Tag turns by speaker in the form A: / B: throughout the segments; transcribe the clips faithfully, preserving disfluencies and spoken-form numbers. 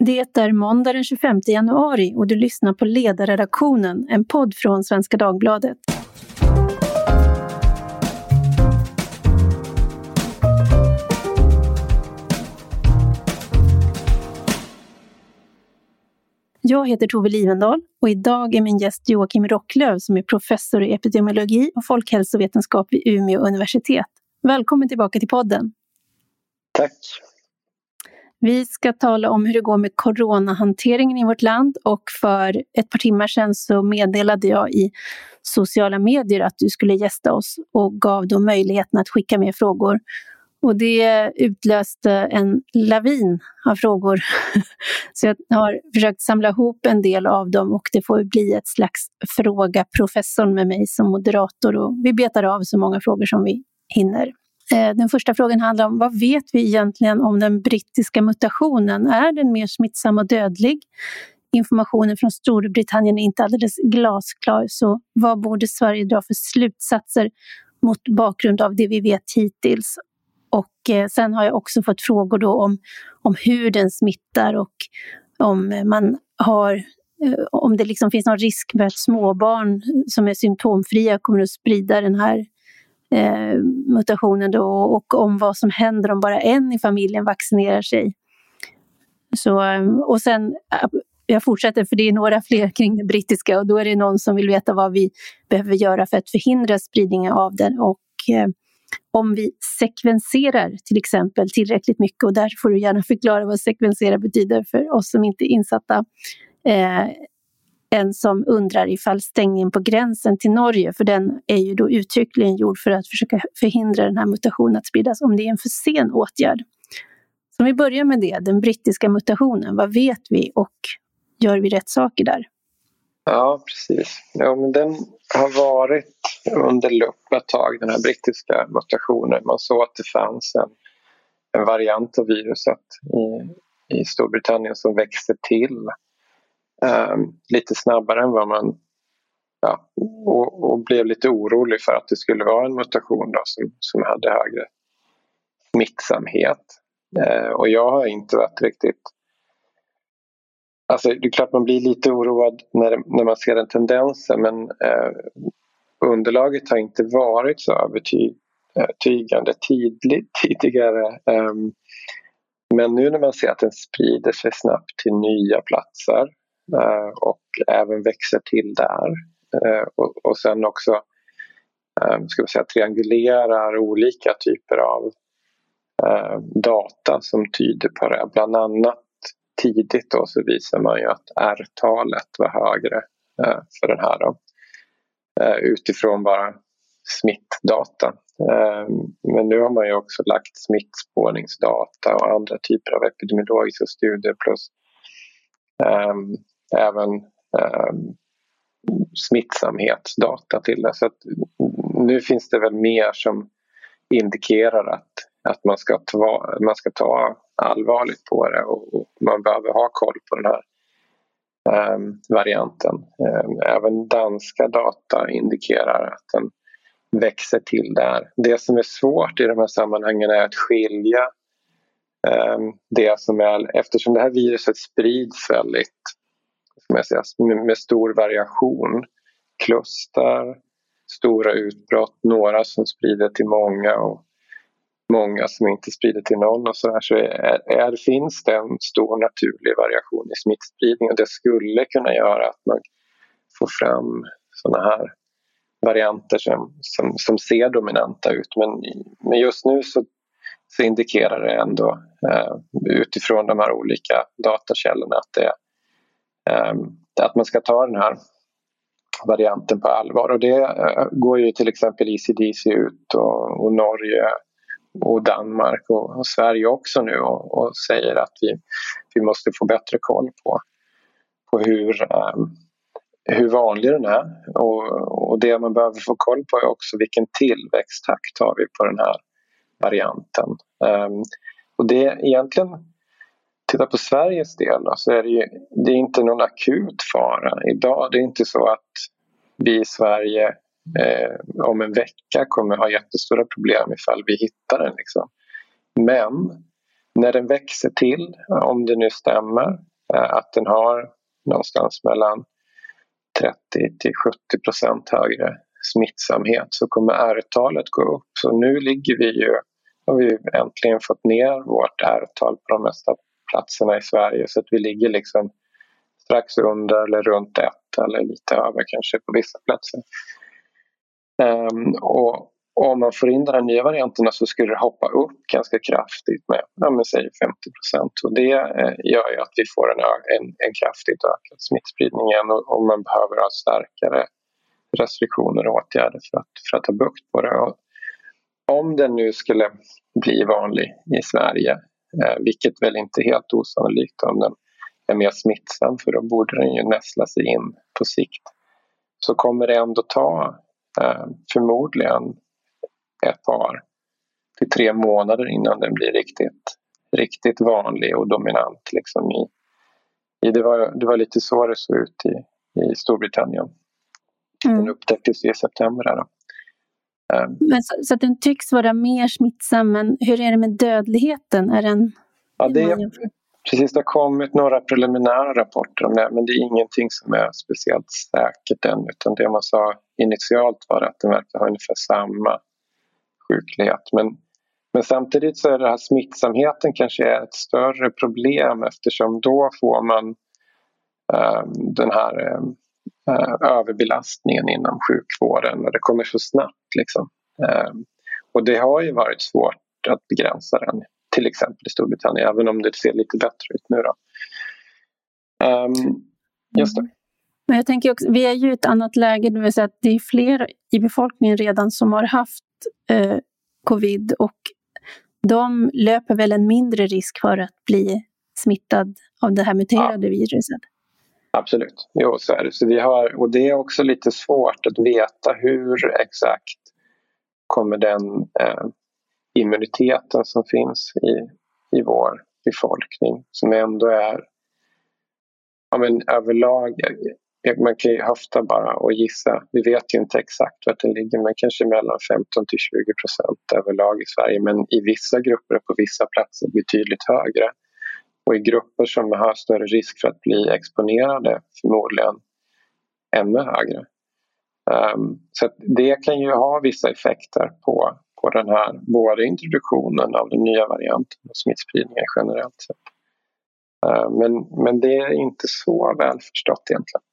A: Det är måndag den tjugofemte januari och du lyssnar på Ledarredaktionen, en podd från Svenska Dagbladet. Jag heter Tove Livendal och idag är min gäst Joakim Rocklöv som är professor i epidemiologi och folkhälsovetenskap vid Umeå universitet. Välkommen tillbaka till podden.
B: Tack.
A: Vi ska tala om hur det går med coronahanteringen i vårt land och för ett par timmar sedan så meddelade jag i sociala medier att du skulle gästa oss och gav då möjligheten att skicka med frågor. Och det utlöste en lavin av frågor. Så jag har försökt samla ihop en del av dem och det får bli ett slags fråga professorn med mig som moderator. Och vi betar av så många frågor som vi hinner. Den första frågan handlar om vad vet vi egentligen om den brittiska mutationen? Är den mer smittsam och dödlig? Informationen från Storbritannien är inte alldeles glasklar, så vad borde Sverige dra för slutsatser mot bakgrund av det vi vet hittills? Och eh, sen har jag också fått frågor då om, om hur den smittar och om man har, eh, om det liksom finns någon risk med att småbarn som är symptomfria kommer att sprida den här Eh, mutationen då, och om vad som händer om bara en i familjen vaccinerar sig. Så, och sen, jag fortsätter för det är några fler kring det brittiska och då är det någon som vill veta vad vi behöver göra för att förhindra spridningen av den och eh, om vi sekvenserar till exempel tillräckligt mycket, och där får du gärna förklara vad sekvensera betyder för oss som inte är insatta. Eh, En som undrar ifall stängningen på gränsen till Norge, för den är ju då uttryckligen gjord för att försöka förhindra den här mutationen att spridas, om det är en för sen åtgärd. Så om vi börjar med det, den brittiska mutationen, vad vet vi och gör vi rätt saker där?
B: Ja, precis. Ja, men den har varit under lupp ett tag, den här brittiska mutationen. Man såg att det fanns en, en variant av viruset i, i Storbritannien som växte till. Um, lite snabbare än vad man ja, och, och blev lite orolig för att det skulle vara en mutation då, som, som hade högre smittsamhet. Uh, och jag har inte varit riktigt, alltså det är klart man blir lite oroad när, när man ser den tendensen, men uh, underlaget har inte varit så övertygande tidligt, tidigare. Um, men nu när man ser att den sprider sig snabbt till nya platser Uh, och även växer till där uh, och, och sen också um, ska vi säga, triangulerar olika typer av uh, data som tyder på det. Bland annat tidigt då så visar man ju att R-talet var högre uh, för den här då, uh, utifrån bara smittdata. Uh, men nu har man ju också lagt smittspårningsdata och andra typer av epidemiologiska studier plus um, även eh, smittsamhetsdata till det. Så att nu finns det väl mer som indikerar att, att man, ska ta, man ska ta allvarligt på det och, och man behöver ha koll på den här eh, varianten. Eh, även danska data indikerar att den växer till där. Det som är svårt i de här sammanhangen är att skilja eh, det som är, eftersom det här viruset sprids väldigt med stor variation, kluster, stora utbrott, några som sprider till många och många som inte sprider till någon och så här, så är, är, finns det en stor naturlig variation i smittspridning och det skulle kunna göra att man får fram sådana här varianter som, som, som ser dominanta ut, men, men just nu så, så indikerar det ändå eh, utifrån de här olika datakällorna att det Um, att man ska ta den här varianten på allvar, och det uh, går ju till exempel E C D C ut och, och Norge och Danmark och, och Sverige också nu och, och säger att vi, vi måste få bättre koll på, på hur, um, hur vanlig den är och, och det man behöver få koll på är också vilken tillväxttakt har vi på den här varianten. Um, och det är egentligen, titta på Sveriges del då, så är det ju det är inte någon akut fara idag. Det är inte så att vi i Sverige eh, om en vecka kommer ha jättestora problem ifall vi hittar den liksom. Men när den växer till, om det nu stämmer, att den har någonstans mellan trettio till sjuttio procent högre smittsamhet, så kommer R-talet gå upp. Så nu ligger vi ju, har vi äntligen fått ner vårt R-tal på de mesta platserna i Sverige, så att vi ligger liksom strax under eller runt ett eller lite över kanske på vissa platser. Um, och om man får in de här nya varianterna så skulle det hoppa upp ganska kraftigt med, ja, men säg femtio procent. Och det eh, gör ju att vi får en, en, en kraftigt ökad smittspridning igen, och, och man behöver ha starkare restriktioner och åtgärder för att, för att ta bukt på det. Och om den nu skulle bli vanlig i Sverige, eh, vilket väl inte är helt osannolikt om den är mer smittsam, för då borde den ju näsla sig in på sikt, så kommer det ändå ta eh, förmodligen ett par till tre månader innan den blir riktigt, riktigt vanlig och dominant. Liksom i, i, det, var, det var lite så det såg ut i, i Storbritannien. Mm. Den upptäcktes i september. Där då. Um,
A: men så, så att den tycks vara mer smittsam, men hur är det med dödligheten? Är den,
B: ja, det är, precis, det har kommit några preliminära rapporter om det, men det är ingenting som är speciellt säkert än, utan det man sa initialt var att den verkar ha ungefär samma sjuklighet. Men, men samtidigt så är det här smittsamheten kanske är ett större problem, eftersom då får man um, den här um, uh, överbelastningen inom sjukvården, och det kommer så snabbt liksom. Um, och det har ju varit svårt att begränsa den, till exempel i Storbritannien, även om det ser lite bättre ut nu då. Um, just det.
A: Men jag tänker också, vi är ju i ett annat läge, det vill säga att det är fler i befolkningen redan som har haft eh, covid, och de löper väl en mindre risk för att bli smittad av det här muterade ja. viruset.
B: Absolut, jo, så är det. Så vi har, och det är också lite svårt att veta hur exakt kommer den eh, immuniteten som finns i, i vår befolkning, som ändå är, ja, men överlag, man kan ju höfta bara och gissa, vi vet ju inte exakt vart den ligger, men kanske mellan femton till tjugo procent överlag i Sverige, men i vissa grupper på vissa platser betydligt högre, och i grupper som har större risk för att bli exponerade förmodligen ännu högre. Um, så att det kan ju ha vissa effekter på, på den här, både introduktionen av den nya varianten och smittspridningen generellt sett. Uh, men, men det är inte så väl förstått egentligen.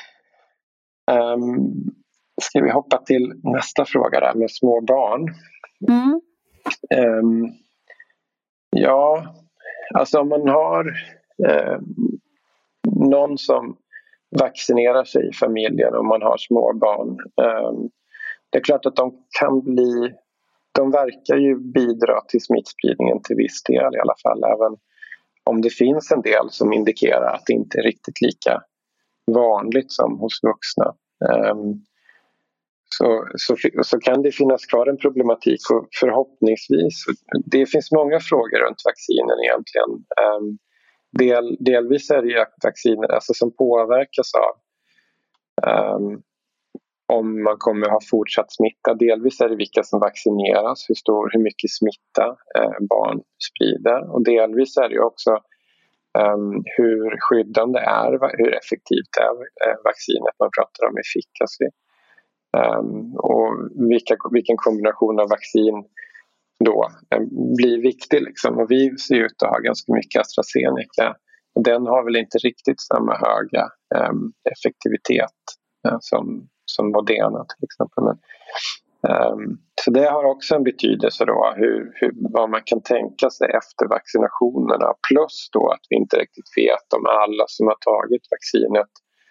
B: Um, ska vi hoppa till nästa fråga där med små barn?
A: Mm.
B: Um, ja, alltså om man har eh, någon som vaccinerar sig i familjen och man har små barn, eh, det är klart att de kan bli, de verkar ju bidra till smittspridningen till viss del i alla fall, även om det finns en del som indikerar att det inte är riktigt lika vanligt som hos vuxna. Eh, så, så, så kan det finnas kvar en problematik, och förhoppningsvis, det finns många frågor runt vaccinen egentligen. Um, del, delvis är det ju vacciner alltså, som påverkas av um, om man kommer ha fortsatt smitta. Delvis är det vilka som vaccineras, hur stor, hur mycket smitta eh, barn sprider, och delvis är det ju också um, hur skyddande är, hur effektivt är eh, vaccinet man pratar om, efficacy. Um, och vilka, vilken kombination av vaccin då um, blir viktig liksom. Och vi ser ut att ha ganska mycket AstraZeneca, och den har väl inte riktigt samma höga um, effektivitet uh, som, som Moderna till exempel. Men, um, så det har också en betydelse då, hur, hur, vad man kan tänka sig efter vaccinationerna, plus då att vi inte riktigt vet om alla som har tagit vaccinet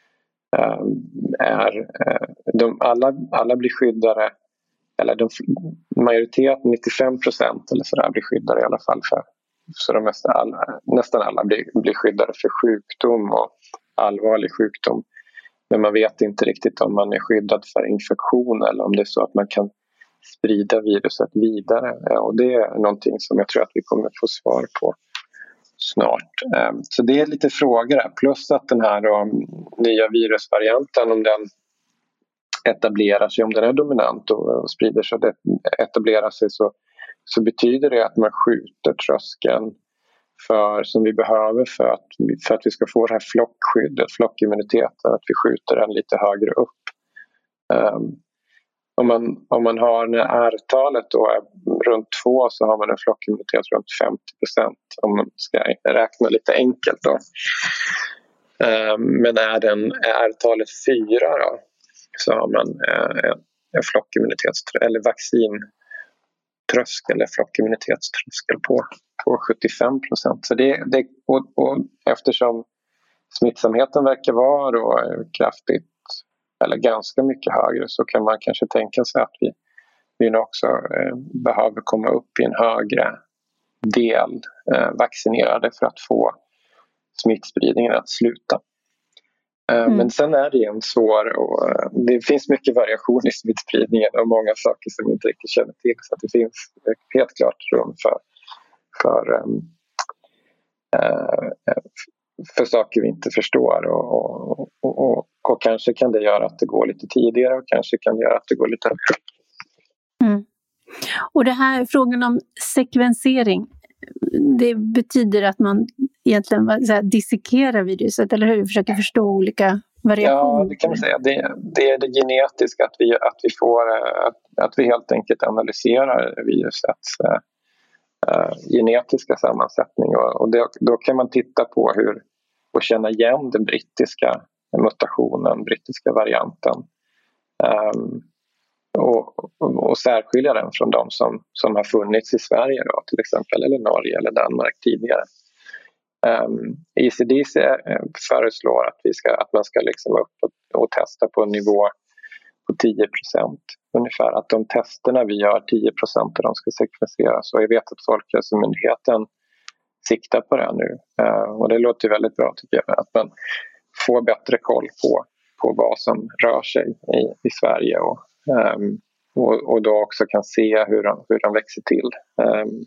B: är de, alla, alla blir skyddade, eller de, majoriteten, nittiofem procent eller sådär, blir skyddade i alla fall för, så de mesta alla, nästan alla blir, blir skyddade för sjukdom och allvarlig sjukdom, men man vet inte riktigt om man är skyddad för infektion eller om det är så att man kan sprida viruset vidare, och det är någonting som jag tror att vi kommer få svar på snart. Så det är lite frågor här. Plus att den här då, nya virusvarianten, om den etablerar sig, om den är dominant och sprider sig, det etablerar sig, så, så betyder det att man skjuter tröskeln för, som vi behöver för att, för att vi ska få det här flockskyddet, flockimmuniteten, att vi skjuter den lite högre upp. Um, om, man, om man har när R-talet då är runt två så har man en flockimmunitet runt femtio procent om man ska räkna lite enkelt då. Um, men är den är R-talet fyra då, så har man uh, en flockimmunitets eller vaccintröskel eller flockimmunitetströskel på, på sjuttiofem procent. Så det, det, och, och eftersom smittsamheten verkar vara då kraftigt eller ganska mycket högre, så kan man kanske tänka sig att vi, vi nu också eh, behöver komma upp i en högre del eh, vaccinerade för att få smittspridningen att sluta. Eh, mm. Men sen är det en svår och eh, det finns mycket variation i smittspridningen och många saker som vi inte riktigt känner till, så att det finns helt klart rum för för, eh, för saker vi inte förstår och, och, och, och, och kanske kan det göra att det går lite tidigare och kanske kan det göra att det går lite högre.
A: Mm. Och det här frågan om sekvensering, det betyder att man egentligen så här, dissekerar viruset, eller hur? Försöker förstå olika variationer.
B: Ja, det kan man säga. Det, det är det genetiska, att vi, att vi får att, att vi helt enkelt analyserar virusets Uh, genetiska sammansättning och, och det, då kan man titta på hur och känna igen den brittiska mutationen, brittiska varianten um, och, och, och särskilja den från de som, som har funnits i Sverige då, till exempel, eller Norge eller Danmark tidigare. Um, E C D C föreslår att, vi ska, att man ska liksom upp och, och testa på en nivå på tio procent ungefär, att de testerna vi gör, tio procent av dem ska sekvenseras, och jag vet att Folkhälsomyndigheten siktar på det nu uh, och det låter väldigt bra tycker jag, att man får bättre koll på, på vad som rör sig i, i Sverige och, um, och, och då också kan se hur de, hur de växer till. Um,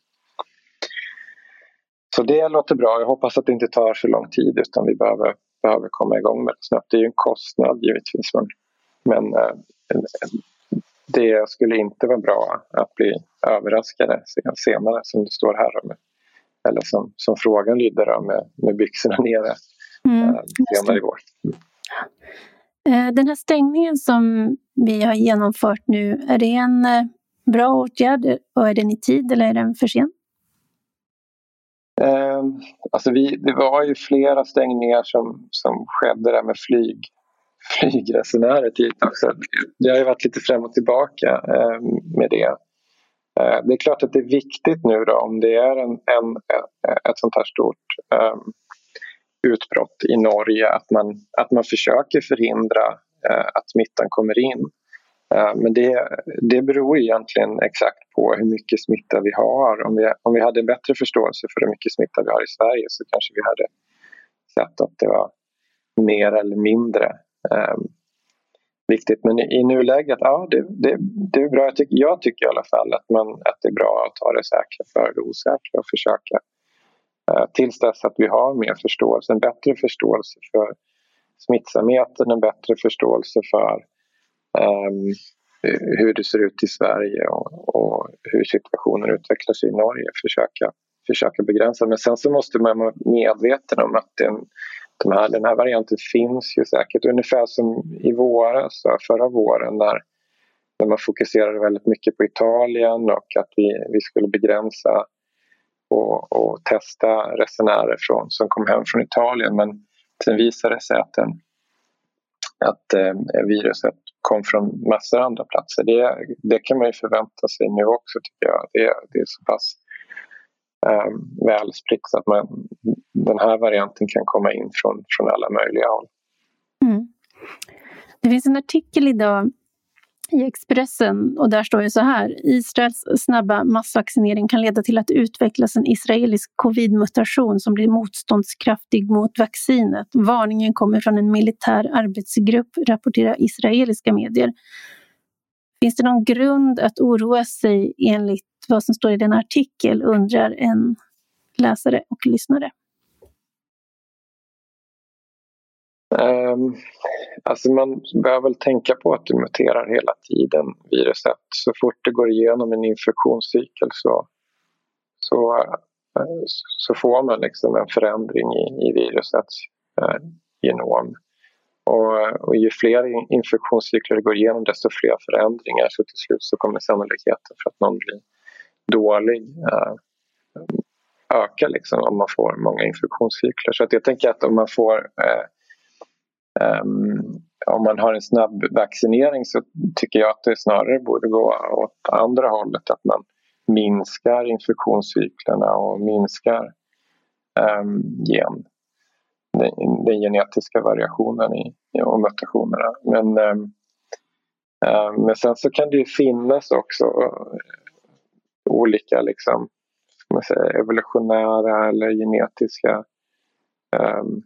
B: så det låter bra, jag hoppas att det inte tar så lång tid utan vi behöver, behöver komma igång med det snabbt. Det är ju en kostnad givetvis, men Men uh, det skulle inte vara bra att bli överraskade senare, som det står här med, eller som, som frågan lyder med, med byxorna nere mm, uh, senare i år.
A: Mm. Den här stängningen som vi har genomfört nu, är det en bra åtgärd och är den i tid eller är den för sen?
B: Uh, alltså vi, det var ju flera stängningar som, som skedde där med flyg. flygresenärer tidigare. Så det har ju varit lite fram och tillbaka eh, med det. Eh, det är klart att det är viktigt nu då, om det är en, en, ett sånt här stort eh, utbrott i Norge, att man, att man försöker förhindra eh, att smittan kommer in. Eh, men det, det beror egentligen exakt på hur mycket smitta vi har. Om vi, om vi hade en bättre förståelse för hur mycket smitta vi har i Sverige, så kanske vi hade sett att det var mer eller mindre Um, viktigt, men i, i nuläget ja, det, det, det är bra. Jag, tyck, jag tycker i alla fall att, man, att det är bra att ta det säkra för det osäkra och försöka uh, tills dess att vi har mer förståelse, en bättre förståelse för smittsamheten, en bättre förståelse för um, hur det ser ut i Sverige och, och hur situationen utvecklar sig i Norge, försöka, försöka begränsa. Men sen så måste man vara medveten om att det De här, den här varianten finns ju säkert ungefär som i våras, förra våren, när, när man fokuserade väldigt mycket på Italien och att vi, vi skulle begränsa och, och testa resenärer från, som kom hem från Italien. Men sen visade det sig att, den, att eh, viruset kom från massor andra platser. Det, det kan man ju förvänta sig nu också, tycker jag. Det, det är så pass Um, väl spritt så att man, den här varianten kan komma in från, från alla möjliga håll.
A: Mm. Det finns en artikel idag i Expressen och där står det så här: Israels snabba massvaccinering kan leda till att utvecklas en israelisk covid-mutation som blir motståndskraftig mot vaccinet. Varningen kommer från en militär arbetsgrupp, rapporterar israeliska medier. Finns det någon grund att oroa sig enligt vad som står i den artikel, undrar en läsare och lyssnare?
B: Um, alltså man behöver väl tänka på att det muterar hela tiden, viruset. Så fort det går igenom en infektionscykel så, så så får man liksom en förändring i, i virusets eh, genom. Och, och ju fler infektionscykler det går igenom, desto fler förändringar, så till slut så kommer sannolikheten för att någon blir dålig eh, öka liksom, om man får många infektionscykler. Så att jag tänker att om man får eh, um, om man har en snabb vaccinering, så tycker jag att det snarare borde gå åt andra hållet, att man minskar infektionscyklerna och minskar um, gen, den, den genetiska variationen i, och mutationerna. Men, um, um, men sen så kan det ju finnas också uh, olika liksom, ska man säga, evolutionära eller genetiska um,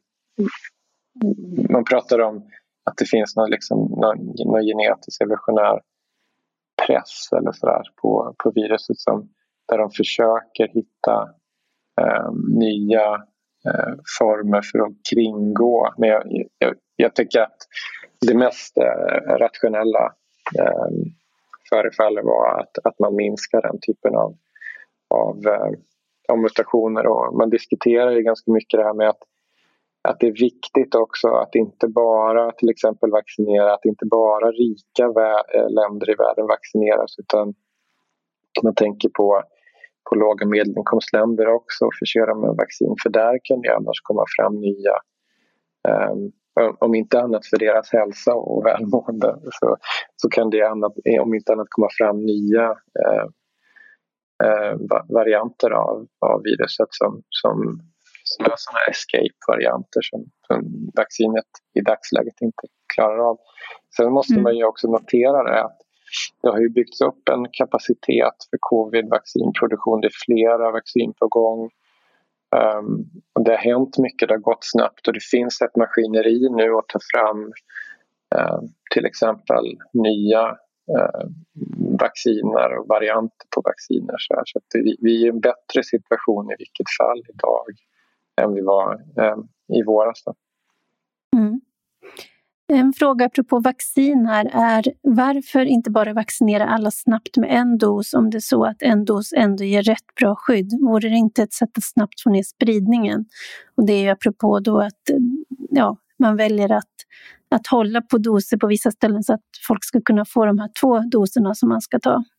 B: man pratar om att det finns någon, liksom, någon, någon genetisk evolutionär press eller sådär på, på viruset, som, där de försöker hitta eh, nya eh, former för att kringgå. Men jag, jag, jag tycker att det mest eh, rationella eh, förefaller vara att, att man minskar den typen av, av, eh, av mutationer. Och man diskuterar ju ganska mycket det här med att Att det är viktigt också att inte bara till exempel vaccinera, att inte bara rika vä- länder i världen vaccineras, utan man tänker på, på låga medelinkomstländer också och förse med vaccin, för där kan det annars komma fram nya, um, om inte annat för deras hälsa och välmående, så, så kan det annat, om inte annat komma fram nya uh, uh, varianter av, av viruset som, som som är sådana escape-varianter som, som vaccinet i dagsläget inte klarar av. Sen måste mm. man ju också notera det att det har ju byggts upp en kapacitet för covid-vaccinproduktion. Det är flera vaccin på gång. Um, och det har hänt mycket, det har gått snabbt, och det finns ett maskineri nu att ta fram uh, till exempel nya uh, vacciner och varianter på vacciner. Så, här. Så att det, vi är i en bättre situation i vilket fall idag än vi var eh, i våras.
A: Mm. En fråga apropå vaccin här är: varför inte bara vaccinera alla snabbt med en dos, om det är så att en dos ändå ger rätt bra skydd? Vore det inte ett sätt att snabbt få ner spridningen? Och det är ju apropå då att ja, man väljer att, att hålla på doser på vissa ställen så att folk ska kunna få de här två doserna som man ska ta.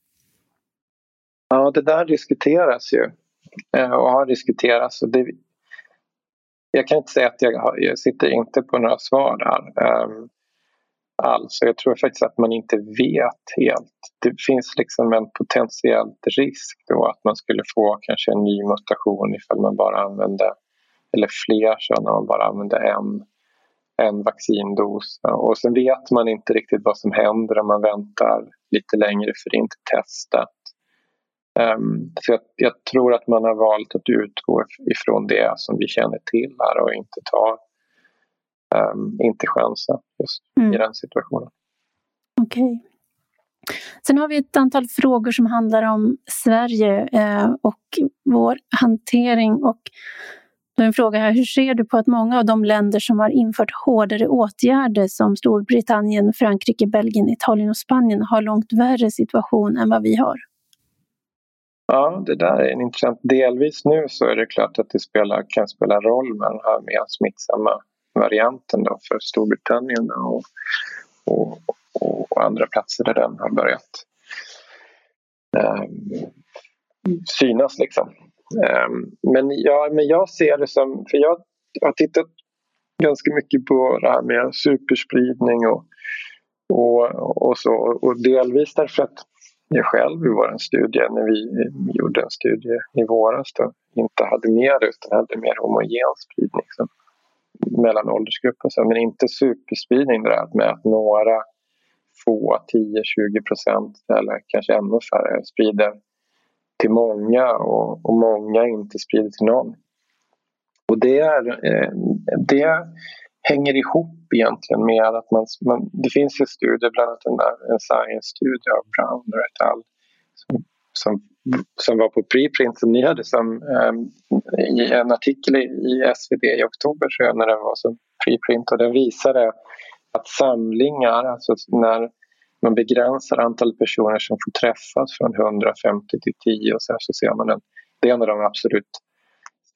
B: Ja, det där diskuteras ju och har diskuterats. Och det Jag kan inte säga att jag, har, jag sitter inte på några svar där um, alls. Jag tror faktiskt att man inte vet helt. Det finns liksom en potentiell risk då att man skulle få kanske en ny mutation ifall man bara använder, eller fler så när man bara använder en, en vaccindos. Och sen vet man inte riktigt vad som händer om man väntar lite längre, för det är inte testat. Um, så jag, jag tror att man har valt att utgå ifrån det som vi känner till här och inte ta um, inte chansen just mm. i den situationen.
A: Okej. Okay. Sen har vi ett antal frågor som handlar om Sverige eh, och vår hantering, och då är en fråga här: hur ser du på att många av de länder som har infört hårdare åtgärder som Storbritannien, Frankrike, Belgien, Italien och Spanien har långt värre situation än vad vi har?
B: Ja, det där är en intressant. Delvis nu så är det klart att det spelar, kan spela roll med den här mer smittsamma varianten då för Storbritannien och, och, och andra platser där den har börjat um, synas liksom. Um, men, ja, men jag ser det som, för jag har tittat ganska mycket på det här med superspridning och, och, och så, och delvis därför att jag själv i vår studie, när vi gjorde en studie i våras då, inte hade mer utan hade mer homogen spridning så, mellan åldersgrupper, så, men inte superspridning där med att några få, tio till tjugo procent eller kanske ännu färre sprider till många och, och många inte sprider till någon. Och det, är, det hänger ihop egentligen med att man, man det finns ju studier, bland annat en, en science-studie av Brown och et al. Som, som, som var på preprint som ni hade som, um, i en artikel i, i S V D i oktober tror jag, när den var som preprint, och den visade att samlingar, alltså när man begränsar antalet personer som får träffas från hundrafemtio till tio och så, här, så ser man en, det är en av de absolut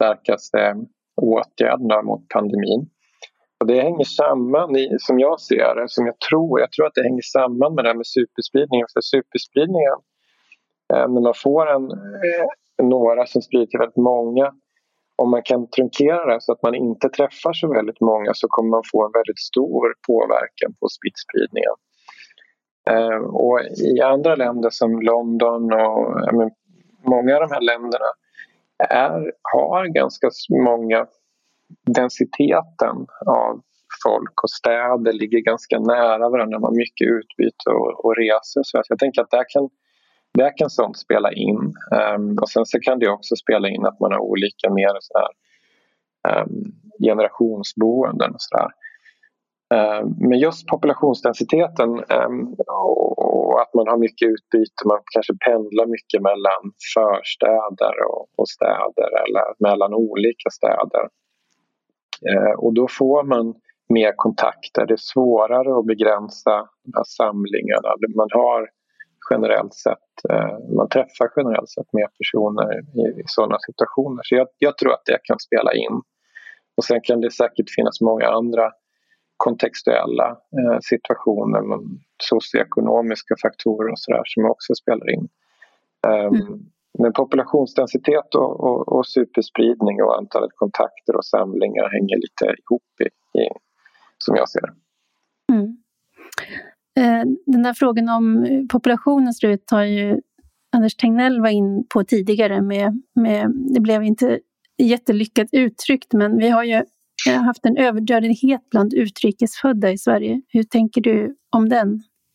B: starkaste åtgärderna mot pandemin. Och det hänger samman, i, som jag ser det, som jag tror, jag tror att det hänger samman med det här med superspridningen. För superspridningen, eh, när man får en, eh, några som sprider till väldigt många, om man kan trunkera det så att man inte träffar så väldigt många, så kommer man få en väldigt stor påverkan på smittspridningen. Eh, och i andra länder som London och jag men, många av de här länderna är, har ganska många, densiteten av folk och städer ligger ganska nära varandra, man har mycket utbyte och, och resor. Så jag tänker att där kan, där kan sånt spela in. Um, och sen så kan det också spela in att man har olika mer så här, um, generationsboenden och sådär. Um, men just populationsdensiteten um, och, och att man har mycket utbyte, man kanske pendlar mycket mellan förstäder och, och städer eller mellan olika städer. Uh, och då får man mer kontakter, det är svårare att begränsa de här samlingarna. Man har generellt sett, uh, man träffar generellt sett mer personer i, i sådana situationer. Så jag, jag tror att det kan spela in. Och sen kan det säkert finnas många andra kontextuella eh, situationer, socioekonomiska faktorer och sådär som också spelar in. Um, mm. Men populationsdensitet och, och, och superspridning och antalet kontakter och samlingar hänger lite ihop i, i, som jag ser det.
A: Mm. Eh, den där frågan om populationens slut har ju Anders Tegnell var in på tidigare med, med det blev inte jättelyckat uttryckt, men vi har ju haft en överdödlighet bland utrikesfödda i Sverige. Hur tänker du om den?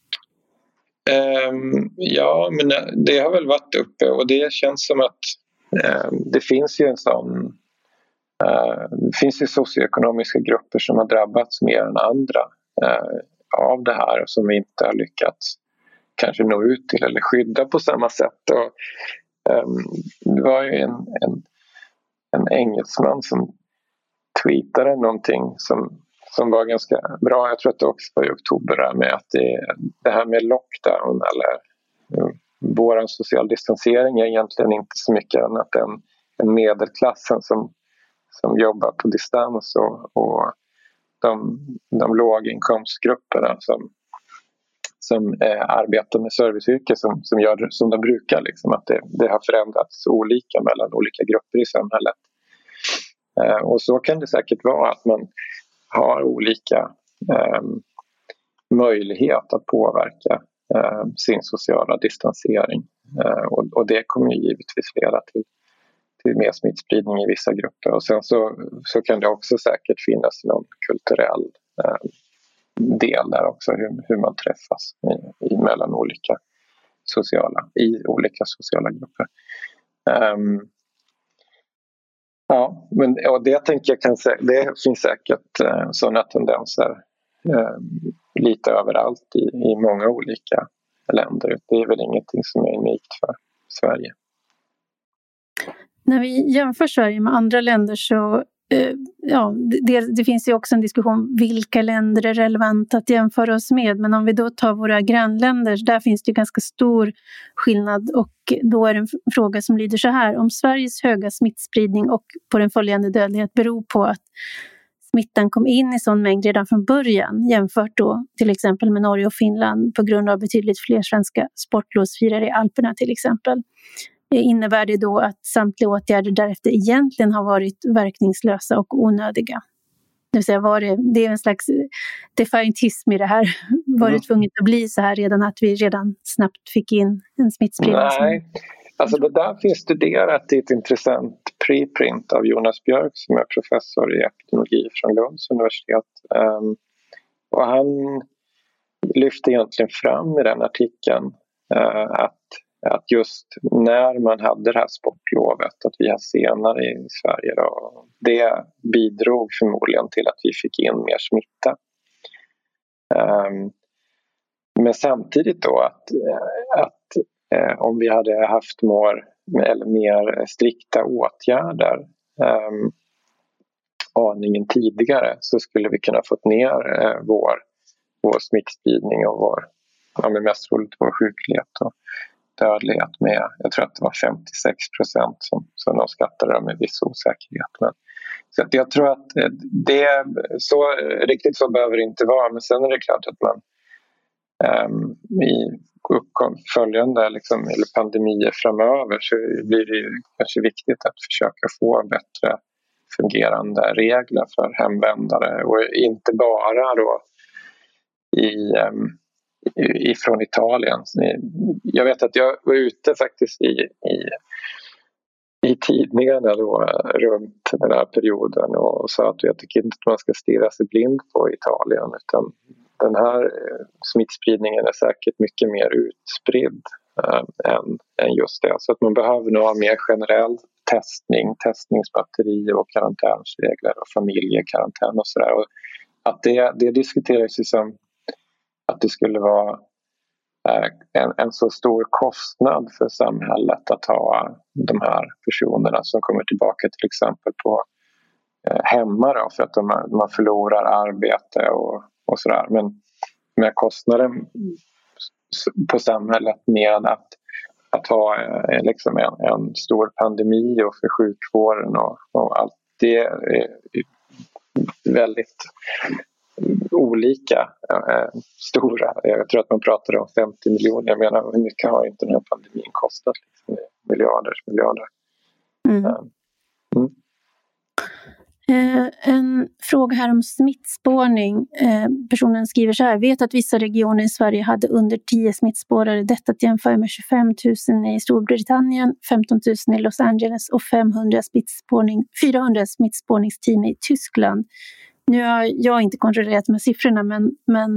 B: Um, ja, men det har väl varit uppe och det känns som att um, det finns ju en sån uh, det finns ju socioekonomiska grupper som har drabbats mer än andra uh, av det här och som inte har lyckats kanske nå ut till eller skydda på samma sätt. Och, um, det var ju en, en, en engelsman som tweetade någonting som, som var ganska bra. Jag tror att det också var i oktober där, med att det, det här med lockdown eller uh, vår social distansering är egentligen inte så mycket annat än en medelklassen som, som jobbar på distans och, och de, de låginkomstgrupperna som, som eh, arbetar med serviceyrken som, som gör som de brukar. Liksom, att det, det har förändrats olika mellan olika grupper i samhället. Uh, och så kan det säkert vara att man har olika um, möjlighet att påverka uh, sin sociala distansering. Uh, och, och det kommer ju givetvis leda till, till mer smittspridning i vissa grupper. Och sen så, så kan det också säkert finnas någon kulturell uh, del där också, hur, hur man träffas i, i mellan olika sociala, i olika sociala grupper. Um, Ja, men och det tänker jag kan säga, det finns säkert eh, sådana tendenser eh, lite överallt i, i många olika länder. Det är väl ingenting som är unikt för Sverige.
A: När vi jämför Sverige med andra länder så eh, ja, det, det finns ju också en diskussion vilka länder är relevanta att jämföra oss med. Men om vi då tar våra grannländer, där finns det ganska stor skillnad, och då är det en fråga som lyder så här: om Sveriges höga smittspridning och på den följande dödlighet beror på att smittan kom in i sån mängd redan från början, jämfört då till exempel med Norge och Finland på grund av betydligt fler svenska sportlovsfirare i Alperna till exempel, innebär det då att samtliga åtgärder därefter egentligen har varit verkningslösa och onödiga? Det vill säga, var det, det är en slags defaitism i det här. Var det tvunget att bli så här redan, att vi redan snabbt fick in en smittspridning?
B: Nej, alltså det där finns studerat i ett intressant preprint av Jonas Björk som är professor i epidemiologi från Lunds universitet. Um, och han lyfte egentligen fram i den artikeln uh, att Att just när man hade det här sportlovet, att vi har senare i Sverige då, det bidrog förmodligen till att vi fick in mer smitta. Um, men samtidigt då att, att eh, om vi hade haft mer, eller mer strikta åtgärder um, aningen tidigare, så skulle vi kunna fått ner eh, vår, vår smittspridning och vår, ja, men mest troligt vår sjuklighet och dödlighet med, jag tror att det var femtiosex procent som, som de skattade med viss osäkerhet. Men, så att jag tror att det så riktigt så behöver det inte vara, men sen är det klart att man um, i uppföljande liksom, eller pandemier framöver så blir det ju kanske viktigt att försöka få bättre fungerande regler för hemvändare och inte bara då i, um, ifrån Italien. Jag vet att jag var ute faktiskt i, i, i tidningarna då, runt den här perioden och sa att jag tycker inte att man ska stirra sig blind på Italien, utan den här smittspridningen är säkert mycket mer utspridd äh, än, än just det. Så att man behöver nog ha mer generell testning, testningsbatteri och karantänsregler och familjekarantän och sådär. Och att det, det diskuteras ju som att det skulle vara äh, en, en så stor kostnad för samhället att ha de här personerna som kommer tillbaka till exempel på äh, hemma då, för att de, man förlorar arbete och och sådär. Men med kostnaden på samhället med att, att ha eh, liksom en, en stor pandemi och för sjukvården och, och allt det är väldigt olika eh, stora. Jag tror att man pratar om femtio miljoner. Jag menar, hur mycket har inte den här pandemin kostat? Liksom, miljarders miljarder.
A: Mm.
B: Mm.
A: Eh, en fråga här om smittspårning. Eh, personen skriver så här: vet att vissa regioner i Sverige hade under tio smittspårare. Detta att jämföra med tjugofem tusen i Storbritannien, femton tusen i Los Angeles och femhundra smittspårning, fyrahundra smittspårningsteam i Tyskland. Nu har jag inte kontrollerat de här siffrorna, men, men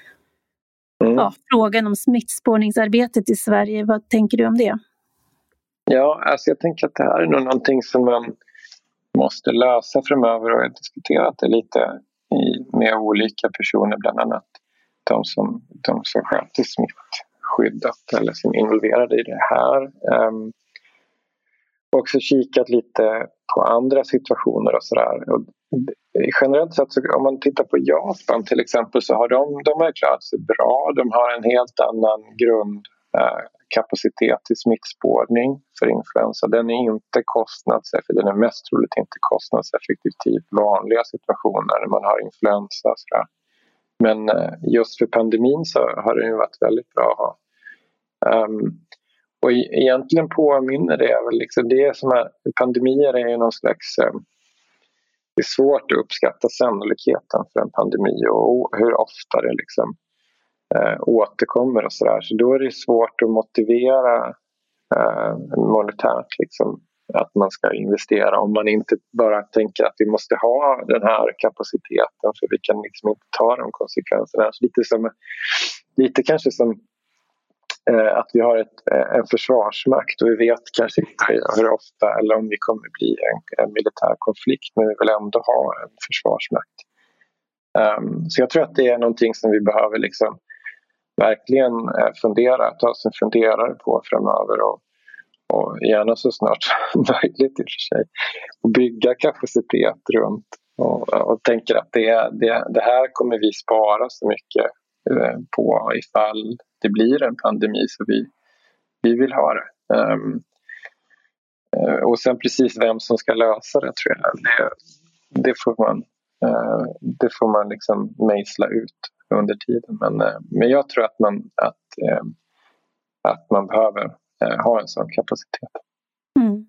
A: mm. ja, frågan om smittspårningsarbetet i Sverige, vad tänker du om det?
B: Ja, alltså jag tänker att det här är nog någonting som man måste lösa framöver, och jag har diskuterat det lite i, med olika personer, bland annat de som, de som sköter smittskyddet eller som är involverade i det här. Um, också kikat lite på andra situationer och sådär. Och generellt sett, så, om man tittar på Japan till exempel, så har de, de har klarat sig bra. De har en helt annan grund uh, kapacitet till smittspårning för influensa. Den är inte kostnadseffektiv, den är mest troligt inte kostnadseffektiv i vanliga situationer när man har influensa. Sådär. Men just för pandemin så har det ju varit väldigt bra. Um, och egentligen påminner det väl liksom, det är som här, pandemier är ju någon slags, um, det är svårt att uppskatta sannolikheten för en pandemi och hur ofta det liksom Äh, återkommer och sådär. Så då är det svårt att motivera äh, monetärt liksom, att man ska investera om man inte bara tänker att vi måste ha den här kapaciteten för vi kan liksom inte ta de konsekvenserna. Så lite, som, lite kanske som äh, att vi har ett, en försvarsmakt och vi vet kanske inte hur ofta eller om vi kommer bli en, en militär konflikt, men vi vill ändå ha en försvarsmakt. Um, så jag tror att det är någonting som vi behöver liksom verkligen fundera, ta oss en funderare på framöver och, och gärna så snart möjligt i och för sig. Och bygga kapacitet runt och, och tänker att det, det, det här kommer vi spara så mycket eh, på ifall det blir en pandemi så vi, vi vill ha det. Um, och sen precis vem som ska lösa det tror jag, det, det får man, uh, det får man liksom mejsla ut under tiden. Men, men jag tror att man, att, eh, att man behöver eh, ha en sån kapacitet.
A: Mm.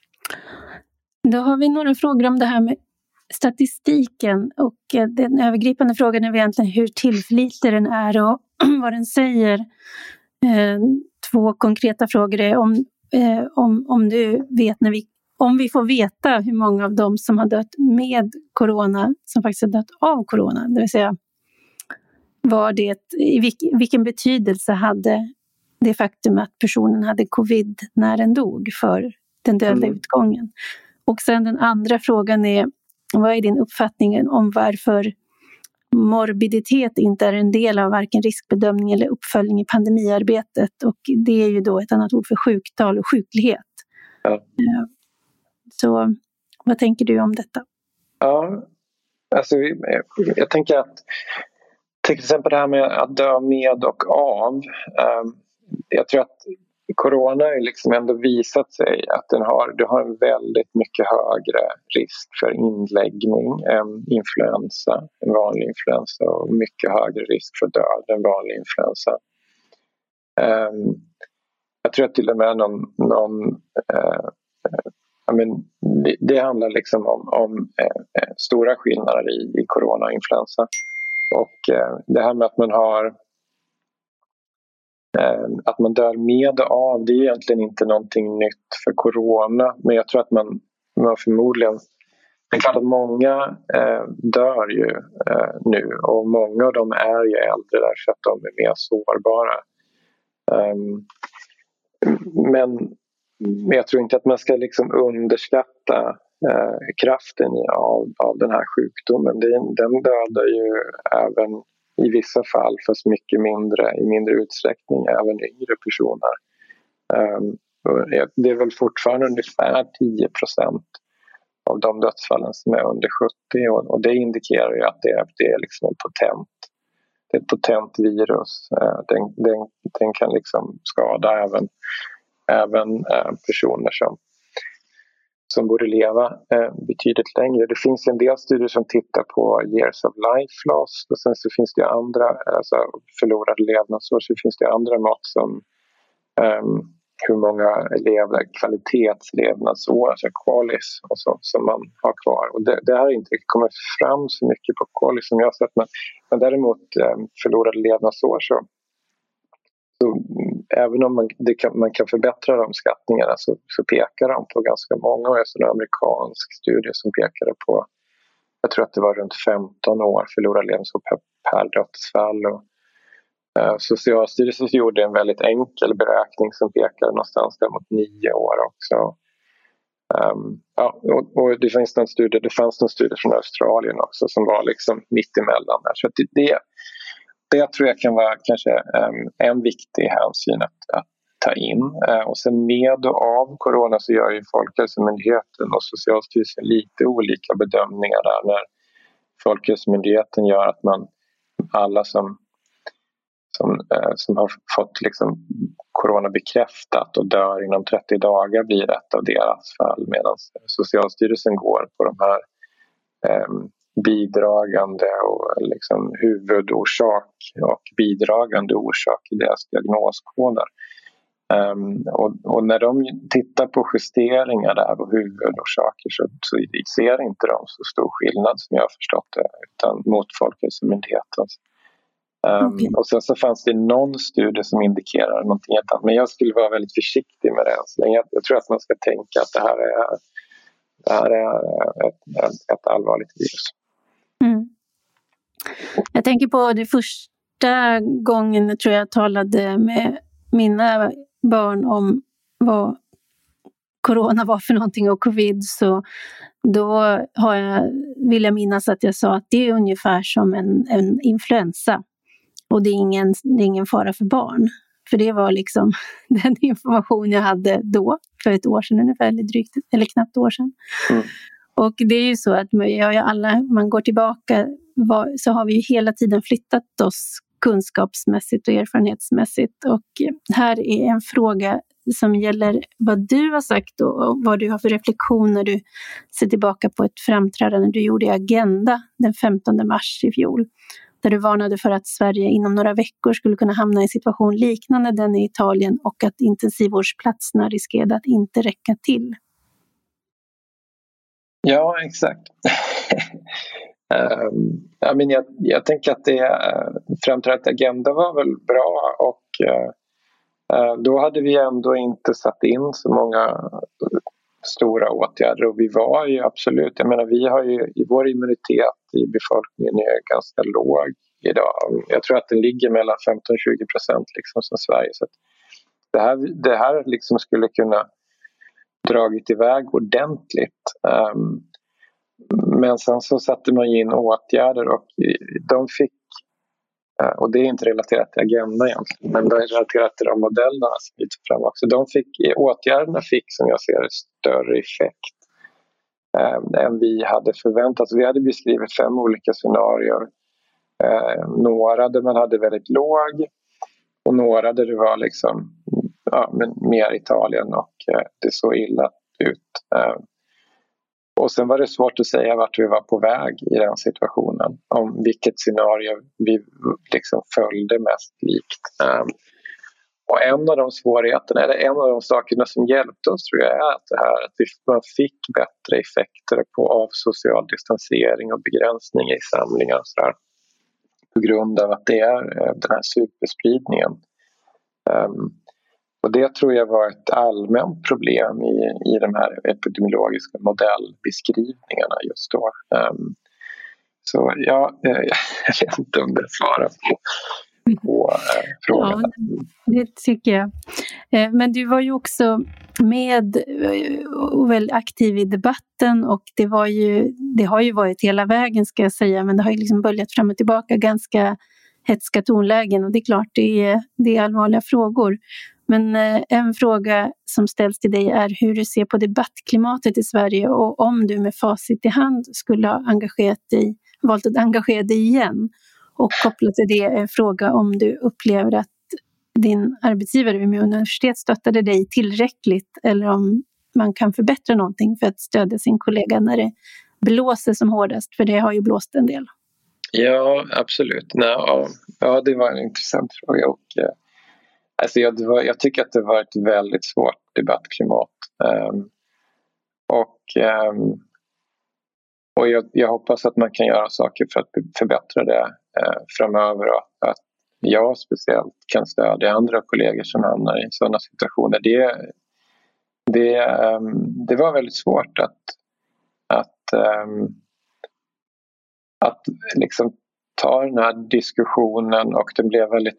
A: Då har vi några frågor om det här med statistiken. Och eh, den övergripande frågan är egentligen hur tillförlitlig den är och vad den säger. Eh, två konkreta frågor är om, eh, om, om du vet när vi om vi får veta hur många av dem som har dött med corona som faktiskt har dött av corona. Det vill säga, var det, i vilken, vilken betydelse hade det faktum att personen hade covid när den dog för den dödliga mm. utgången? Och sen den andra frågan är, vad är din uppfattning om varför morbiditet inte är en del av varken riskbedömning eller uppföljning i pandemiarbetet? Och det är ju då ett annat ord för sjuktal och sjuklighet.
B: Ja.
A: Så vad tänker du om detta?
B: Ja, alltså jag tänker att till exempel det här med att dö med och av. Jag tror att corona har liksom ändå visat sig att den har, du har en väldigt mycket högre risk för inläggning än influensa, en vanlig influensa, och mycket högre risk för död än vanlig influensa. Um, jag tror att till och med någon, någon uh, uh, men, det, det handlar liksom om, om uh, stora skillnader i, i corona och influensa. Och uh, det här med att man har att man dör med av, det är egentligen inte någonting nytt för corona, men jag tror att man, man förmodligen, det är klart att många eh, dör ju eh, nu, och många av dem är ju äldre därför att de är mer sårbara. Um, men, men jag tror inte att man ska liksom underskatta eh, kraften i, av, av den här sjukdomen. Den, den dödar ju även i vissa fall, fast mycket mindre, i mindre utsträckning, även yngre personer. Um, det är väl fortfarande ungefär tio procent av de dödsfallen som är under sjuttio, och, och det indikerar ju att det är, det är liksom en potent, det är ett potent virus. Uh, den, den, den kan liksom skada även, även uh, personer som som borde leva eh, betydligt längre. Det finns en del studier som tittar på years of life loss, och sen så finns det andra, alltså förlorade levnadsår, så finns det andra mått som um, hur många lever, kvalitetslevnadsår, alltså qualis, och så, som man har kvar. Och det, det har inte kommit fram så mycket på qualis som jag har sett, men, men däremot um, förlorade levnadsår så Så, även om man, det kan, man kan förbättra de skattningarna, så, så pekar de på ganska många. Och en amerikansk studie som pekade på, jag tror att det var runt femton år förlorad levnadsår per, per dödsfall. Och, uh, Socialstyrelsen gjorde en väldigt enkel beräkning som pekade någonstans där mot nio år också. Um, ja, och, och det finns en studie, det fanns en studie från Australien också som var liksom mitt emellan där. Så det, det Det tror jag kan vara kanske um, en viktig hänsyn att, att ta in. Uh, och sen med och av corona så gör ju Folkhälsomyndigheten och Socialstyrelsen lite olika bedömningar där, när Folkhälsomyndigheten gör att man, alla som, som, uh, som har fått liksom corona bekräftat och dör inom trettio dagar blir ett av deras fall, medan Socialstyrelsen går på de här um, bidragande och liksom huvudorsak och bidragande orsak i deras diagnoskoder. Um, och, och när de tittar på justeringar där och huvudorsaker så, så ser inte de så stor skillnad som jag har förstått det, utan mot Folkhälsomyndigheten. Um, okay. Och sen så fanns det någon studie som indikerar någonting annat, men jag skulle vara väldigt försiktig med det. Så jag, jag tror att man ska tänka att det här är, det här är ett, ett, ett allvarligt virus.
A: Mm. Jag tänker på det första gången jag tror jag talade med mina barn om vad corona var för någonting och covid, så då har jag, vill jag minnas att jag sa att det är ungefär som en, en influensa, och det är, ingen, det är ingen fara för barn. För det var liksom den information jag hade då, för ett år sedan ungefär, eller drygt, eller knappt år sedan. Mm. Och det är ju så att jag, alla, man går tillbaka, var, så har vi ju hela tiden flyttat oss kunskapsmässigt och erfarenhetsmässigt. Och här är en fråga som gäller vad du har sagt och vad du har för reflektion när du ser tillbaka på ett framträdande du gjorde i Agenda den femtonde mars i fjol. Där du varnade för att Sverige inom några veckor skulle kunna hamna i en situation liknande den i Italien, och att intensivvårdsplatserna riskerade att inte räcka till.
B: Ja, exakt. um, jag, men jag, jag tänker att det framträdande Agenda var väl bra, och uh, då hade vi ändå inte satt in så många stora åtgärder, och vi var ju absolut, jag menar vi har ju, i vår immunitet i befolkningen är ganska låg idag. Jag tror att den ligger mellan femton till tjugo procent liksom som Sverige, så att det här, det här liksom skulle kunna dragit iväg ordentligt. Um, men sen så satte man in åtgärder, och de fick, uh, och det är inte relaterat till Agenda egentligen, men det är relaterat till de modellerna som vi tog fram också. De fick, åtgärderna fick som jag ser det större effekt um, än vi hade förväntat. Vi hade beskrivit fem olika scenarier. Uh, några där man hade väldigt låg, och några där det var liksom ja, men mer Italien och eh, det såg illa ut. Eh, och sen var det svårt att säga vart vi var på väg i den situationen. Om vilket scenario vi liksom följde mest likt. Eh, och en av de svårigheterna, eller en av de sakerna som hjälpte oss tror jag är att det här att vi, man fick bättre effekter på av social distansering och begränsning i samlingar och sådär. På grund av att det är den här superspridningen. Um, och det tror jag var ett allmänt problem i, i de här epidemiologiska modellbeskrivningarna just då. Um, så ja, jag vet inte om det svarar på, på eh, frågan.
A: Ja, det tycker jag. Eh, men du var ju också med och väldigt aktiv i debatten, och det, var ju, det har ju varit hela vägen ska jag säga, men det har ju liksom böljat fram och tillbaka ganska hetska tonlägen, och det är klart det är, det är allvarliga frågor. Men eh, en fråga som ställs till dig är hur du ser på debattklimatet i Sverige, och om du med facit i hand skulle ha engagerat dig, valt att engagera dig igen. Och kopplat till det är fråga om du upplever att din arbetsgivare vid Umeå universitet stöttade dig tillräckligt, eller om man kan förbättra någonting för att stödja sin kollega när det blåser som hårdast, för det har ju blåst en del.
B: Ja, absolut. Nej, ja, det var en intressant fråga. Och, eh, alltså jag, det var, jag tycker att det var ett väldigt svårt debattklimat. Um, och um, och jag, jag hoppas att man kan göra saker för att förbättra det eh, framöver. Och att jag speciellt kan stödja andra kollegor som hamnar i sådana situationer. Det, det, um, det var väldigt svårt att, att, um, att liksom ta den här diskussionen, och den blev väldigt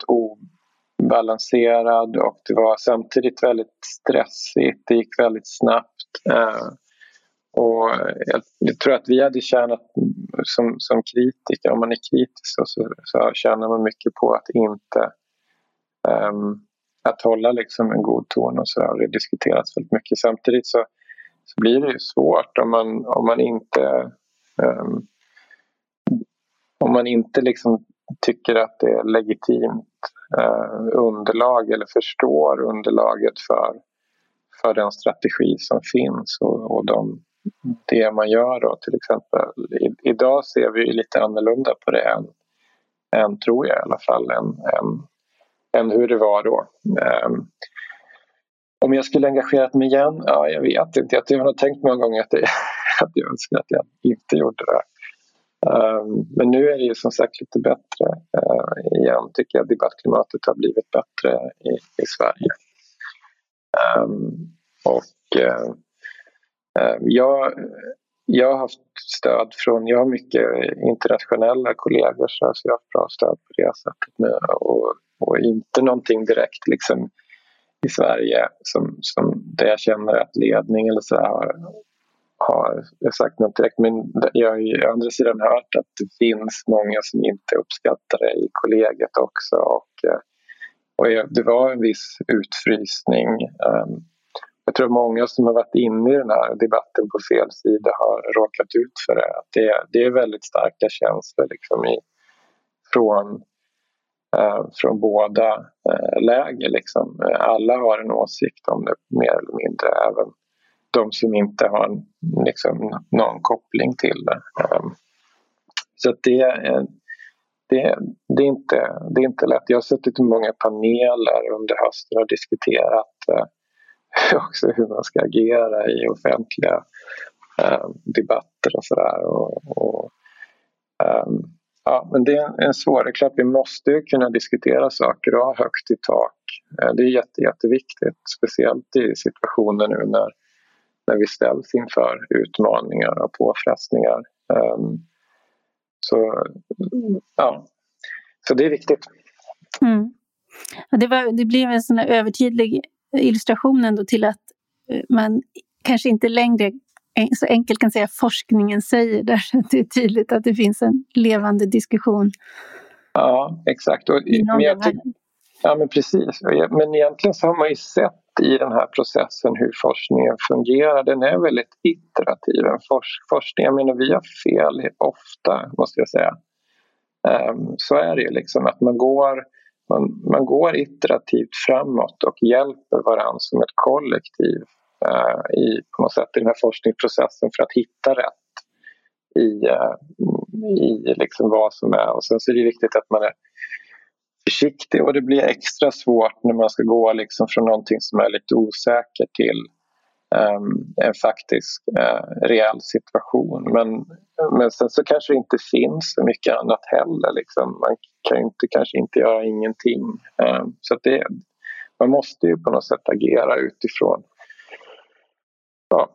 B: obalanserad och det var samtidigt väldigt stressigt. Det gick väldigt snabbt. Uh, och jag, jag tror att vi hade tjänat som, som kritiker, om man är kritisk så, så, så tjänar man mycket på att inte um, att hålla liksom en god ton och så där. Det diskuteras väldigt mycket. Samtidigt så, så blir det ju svårt om man, om man inte um, om man inte liksom tycker att det är legitimt uh, underlag eller förstår underlaget för, för den strategi som finns och, och de, det man gör då till exempel. I, idag ser vi lite annorlunda på det än, än tror jag i alla fall än, än, än hur det var då. Um, om jag skulle engagerat mig igen, ja jag vet inte. Jag har nog tänkt många gånger att, det, att jag önskar att jag inte gjorde det. Um, men nu är det ju som sagt lite bättre uh, igen tycker jag. Debattklimatet har blivit bättre i, i Sverige. Um, och uh, uh, jag, jag har haft stöd från, jag har mycket internationella kollegor så jag har haft bra stöd på det sättet med, och, och inte någonting direkt liksom i Sverige som, som där jag känner att ledning eller så har har sagt något direkt, men jag har ju å andra sidan hört att det finns många som inte uppskattar det i kollegiet också, och, och det var en viss utfrysning. Jag tror många som har varit inne i den här debatten på fel sida har råkat ut för det. Att det, det är väldigt starka känslor liksom i, från, från båda läger. Liksom. Alla har en åsikt om det mer eller mindre, även de som inte har liksom, någon koppling till det. Um, så att det, det, det, är inte, det är inte lätt. Jag har suttit i många paneler under hösten och diskuterat uh, också hur man ska agera i offentliga uh, debatter och sådär. Och, och, um, ja, men det är en svår, det är klart vi måste kunna diskutera saker och ha högt i tak. Uh, det är jätte, jätteviktigt, speciellt i situationer nu när när vi ställs inför utmaningar och påfrestningar. Um, så, ja. så det är viktigt.
A: Mm. Ja, det, var, det blev en sån här övertydlig illustration ändå till att man kanske inte längre så enkelt kan säga forskningen säger, där det är tydligt att det finns en levande diskussion.
B: Ja, exakt. Och, men jag ty- ja, men precis. Men egentligen så har man ju sett i den här processen hur forskningen fungerar. Den är väldigt iterativ. Forsk- forskning, jag menar vi har fel ofta måste jag säga. Um, så är det ju liksom att man går, man, man går iterativt framåt och hjälper varandra som ett kollektiv uh, i, på något sätt, i den här forskningsprocessen för att hitta rätt i, uh, i liksom vad som är. Och sen så är det viktigt att man är försiktig, och det blir extra svårt när man ska gå liksom från någonting som är lite osäkert till um, en faktisk uh, reell situation. Men, men sen så kanske det inte finns så mycket annat heller. Liksom. Man kan ju inte, kanske inte göra ingenting. Um, så att det, man måste ju på något sätt agera utifrån ja,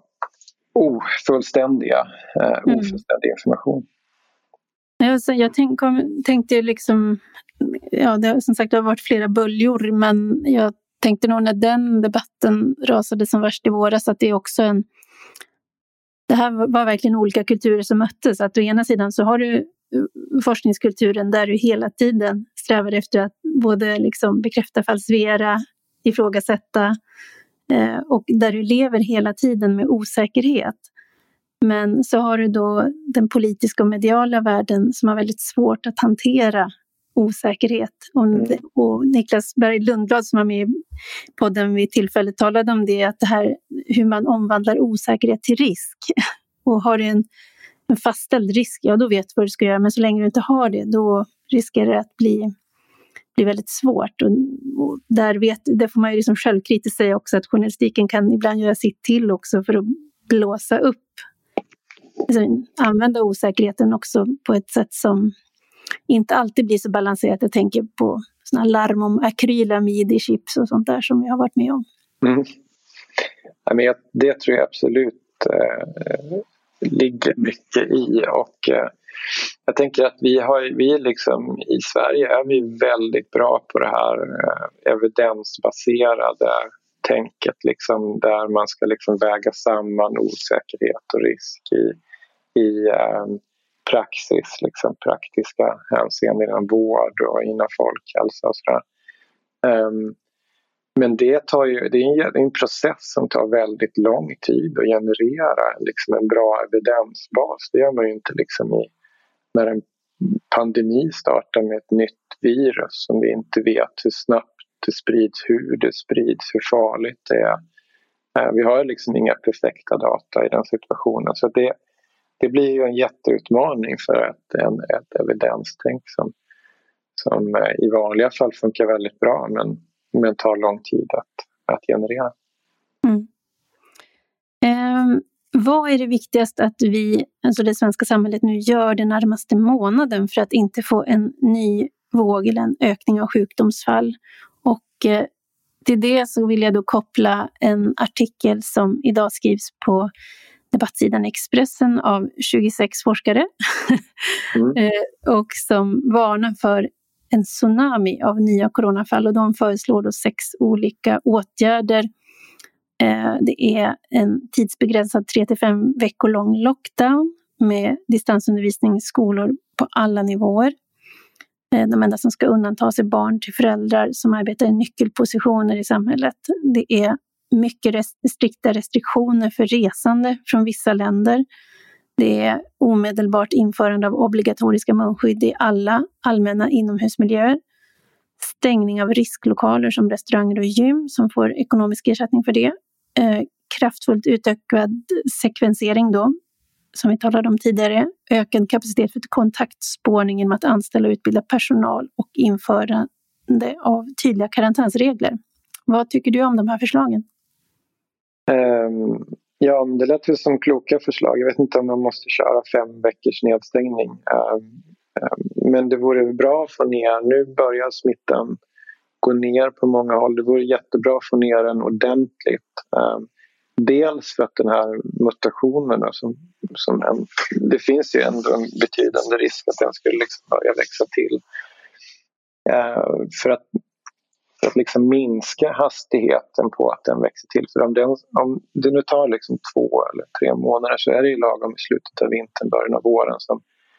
B: ofullständiga, uh,
A: mm.
B: ofullständig information.
A: Alltså, jag tänk, tänkte liksom, ja, det, som sagt det har varit flera böljor, men jag tänkte nog när den debatten rasade som värst i våras att det är också en, det här var verkligen olika kulturer som möttes. Att å ena sidan så har du forskningskulturen där du hela tiden strävar efter att både liksom bekräfta, falsifiera, ifrågasätta eh, och där du lever hela tiden med osäkerhet. Men så har du då den politiska och mediala världen som har väldigt svårt att hantera osäkerhet. Och, och Niklas Berg Lundblad som var med i podden vid tillfället talade om det, att det här hur man omvandlar osäkerhet till risk. Och har du en, en fastställd risk, ja då vet du vad du ska göra. Men så länge du inte har det, då riskerar det att bli, bli väldigt svårt. Och, och där, vet, där får man ju liksom självkritiskt säga också att journalistiken kan ibland göra sitt till också för att blåsa upp. Alltså, använda osäkerheten också på ett sätt som inte alltid blir så balanserat. Jag tänker på såna larm om akrylamid i chips och sånt där som jag har varit med om.
B: Mm. Ja, men jag, det tror jag absolut eh, ligger mycket i, och eh, jag tänker att vi har vi liksom i Sverige är vi väldigt bra på det här eh, evidensbaserade tänket liksom, där man ska liksom väga samman osäkerhet och risk i, i eh, praxis, liksom, praktiska hänseenden inom vård och inom folkhälsa och sådär. Um, men det, tar ju, det är en, en process som tar väldigt lång tid att generera liksom en bra evidensbas. Det gör man ju inte liksom i, när en pandemi startar med ett nytt virus som vi inte vet hur snabbt det sprids, hur det sprids, hur farligt det är. Uh, vi har liksom inga perfekta data i den situationen, så det Det blir ju en jätteutmaning för ett, en, ett evidenstänk som, som i vanliga fall funkar väldigt bra men, men tar lång tid att, att generera.
A: Mm. Eh, vad är det viktigaste att vi, alltså det svenska samhället nu gör den närmaste månaden för att inte få en ny våg eller en ökning av sjukdomsfall? Och eh, till det så vill jag då koppla en artikel som idag skrivs på debattsidan Expressen av tjugosex forskare mm. och som varnar för en tsunami av nya coronafall, och de föreslår då sex olika åtgärder. Det är en tidsbegränsad tre till fem veckor lång lockdown med distansundervisning i skolor på alla nivåer. De enda som ska undantas är barn till föräldrar som arbetar i nyckelpositioner i samhället. Det är mycket rest- strikta restriktioner för resande från vissa länder. Det är omedelbart införande av obligatoriska munskydd i alla allmänna inomhusmiljöer. Stängning av risklokaler som restauranger och gym som får ekonomisk ersättning för det. Eh, kraftfullt utökad sekvensering då, som vi talade om tidigare. Ökad kapacitet för kontaktspårning genom att anställa och utbilda personal och införande av tydliga karantänsregler. Vad tycker du om de här förslagen?
B: Um, ja, det lät ju som kloka förslag. Jag vet inte om man måste köra fem veckors nedstängning. Um, um, men det vore bra att få ner, nu börjar smittan gå ner på många håll. Det vore jättebra att få ner den ordentligt. Um, dels för att den här mutationen som, som en, det finns ju ändå en betydande risk att den skulle liksom börja växa till. Uh, för att För att liksom minska hastigheten på att den växer till. För om, den, om det nu tar liksom två eller tre månader så är det ju lagom i slutet av vintern, början av våren som,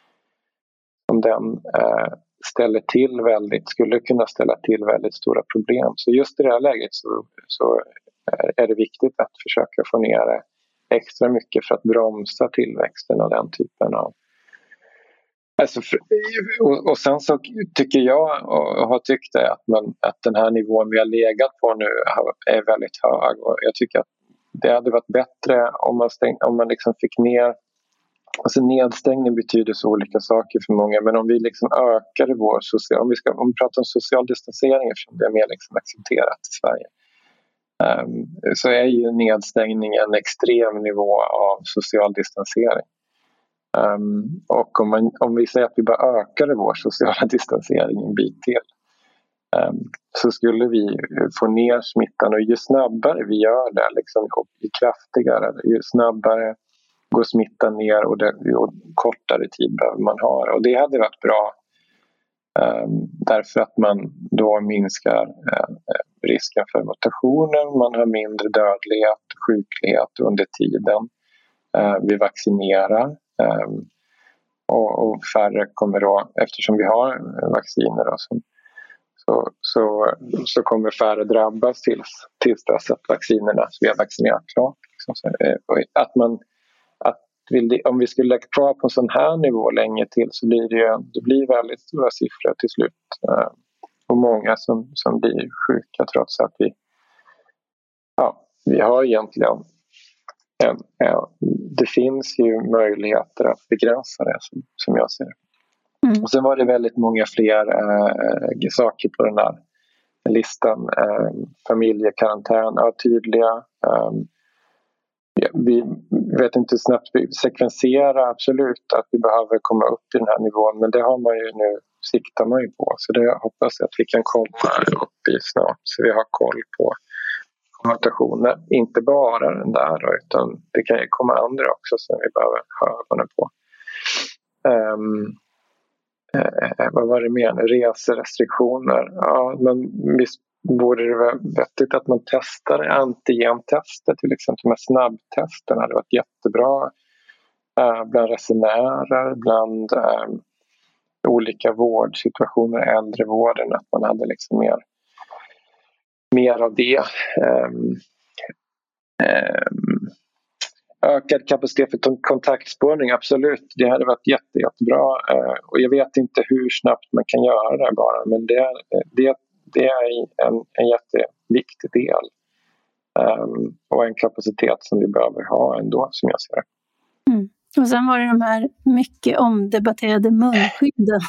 B: som den eh, ställer till väldigt, skulle kunna ställa till väldigt stora problem. Så just i det här läget så, så är, är det viktigt att försöka få ner det extra mycket för att bromsa tillväxten av den typen av Alltså, och, och sen så tycker jag och har tyckt att, man, att den här nivån vi har legat på nu är väldigt hög. Och jag tycker att det hade varit bättre om man, stäng, om man liksom fick ner... Alltså nedstängning betyder så olika saker för många, men om vi liksom ökar vår social... Om vi, ska, om vi pratar om social distansering, eftersom det är mer liksom accepterat i Sverige, um, så är ju nedstängning en extrem nivå av social distansering. Um, och om, man, om vi säger att vi bara ökade vår sociala distansering en bit till, um, så skulle vi få ner smittan, och ju snabbare vi gör det, liksom, och ju kraftigare, ju snabbare går smittan ner, och, det, och kortare tid behöver man ha. Och det hade varit bra, um, därför att man då minskar uh, risken för mutationer, man har mindre dödlighet, sjuklighet under tiden uh, vi vaccinerar. Um, och, och färre kommer då, eftersom vi har vacciner då, så, så, så, så kommer färre drabbas tills, tills dess att vaccinerna, så vi har vaccinerat klart. Liksom. Så, att man, att vill, om vi skulle lägga kvar på en sån här nivå länge till, så blir det, det blir väldigt stora siffror till slut. Uh, och många som, som blir sjuka, trots att vi, ja, vi har egentligen En, ja, det finns ju möjligheter att begränsa det, som, som jag ser det. Mm. Och sen var det väldigt många fler äh, saker på den här listan. Äh, familjekarantän, ja, tydliga. Äh, ja, vi vet inte hur snabbt vi sekvenserar, absolut att vi behöver komma upp i den här nivån, men det har man ju nu, siktar man ju på. Så det hoppas jag att vi kan komma upp i snart, så vi har koll på mutationer, inte bara den där, utan det kan ju komma andra också som vi behöver ha ögonen på. Um, eh, vad var det mer? Reserestriktioner. Ja, men visst borde det vara vettigt att man testar antigentester, till exempel med snabbtesterna. Det har varit jättebra uh, bland resenärer, bland uh, olika vårdsituationer, äldrevården, att man hade liksom mer mer av det. Um, um, ökad kapacitet för kontaktspårning, absolut. Det hade varit jätte, jättebra. Uh, och jag vet inte hur snabbt man kan göra det bara, men det, det, det är en, en jätteviktig del. Um, och en kapacitet som vi behöver ha ändå, som jag ser det.
A: Mm. Och sen var det de här mycket omdebatterade munskydden.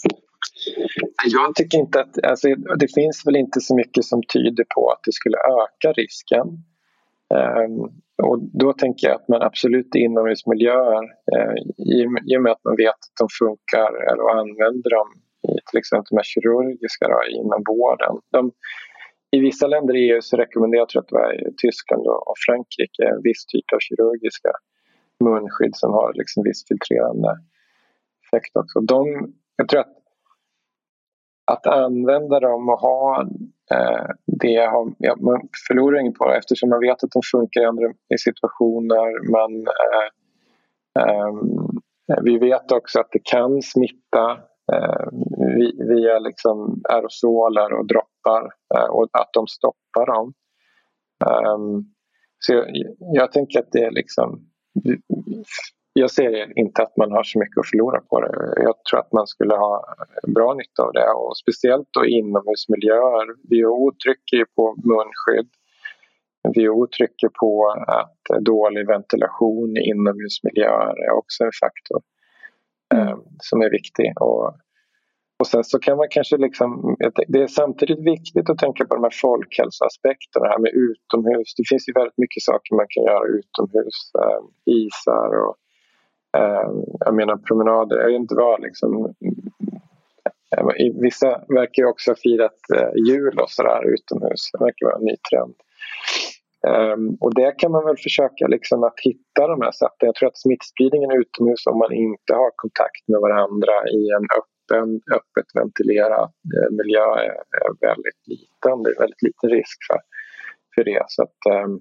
B: Jag tycker inte att, alltså, det finns väl inte så mycket som tyder på att det skulle öka risken. Um, och då tänker jag att man absolut inomhusmiljöer, uh, i, i och med att man vet att de funkar eller använder dem i till exempel de här kirurgiska då, inom vården. De, I vissa länder i E U så rekommenderar, jag tror att det var i Tyskland och Frankrike, en viss typ av kirurgiska munskydd som har liksom viss filtrerande effekt också. De, jag tror att Att använda dem och ha eh, det, har, ja, man förlorar inget på det, eftersom man vet att de funkar i andra i situationer. Man, eh, eh, vi vet också att det kan smitta eh, via liksom aerosoler och droppar, eh, och att de stoppar dem. Um, så jag, jag tänker att det är liksom, jag ser inte att man har så mycket att förlora på det. Jag tror att man skulle ha bra nytta av det, och speciellt då inomhusmiljöer. W H O trycker ju på munskydd. W H O trycker på att dålig ventilation i inomhusmiljöer är också en faktor mm. eh, som är viktig. Och Och sen så kan man kanske liksom, det är samtidigt viktigt att tänka på de här folkhälsoaspekterna här med utomhus. Det finns ju väldigt mycket saker man kan göra utomhus, äh, isar och äh, jag menar promenader. Jag vet inte vad liksom, äh, vissa verkar ju också ha firat äh, jul och sådär utomhus. Det verkar vara en ny trend. Um, och där kan man väl försöka liksom att hitta de här sätten. Jag tror att smittspridningen utomhus, om man inte har kontakt med varandra i en öppen, öppet ventilerad eh, miljö, är, är väldigt liten. Det är väldigt liten risk för, för det. Så, att, um,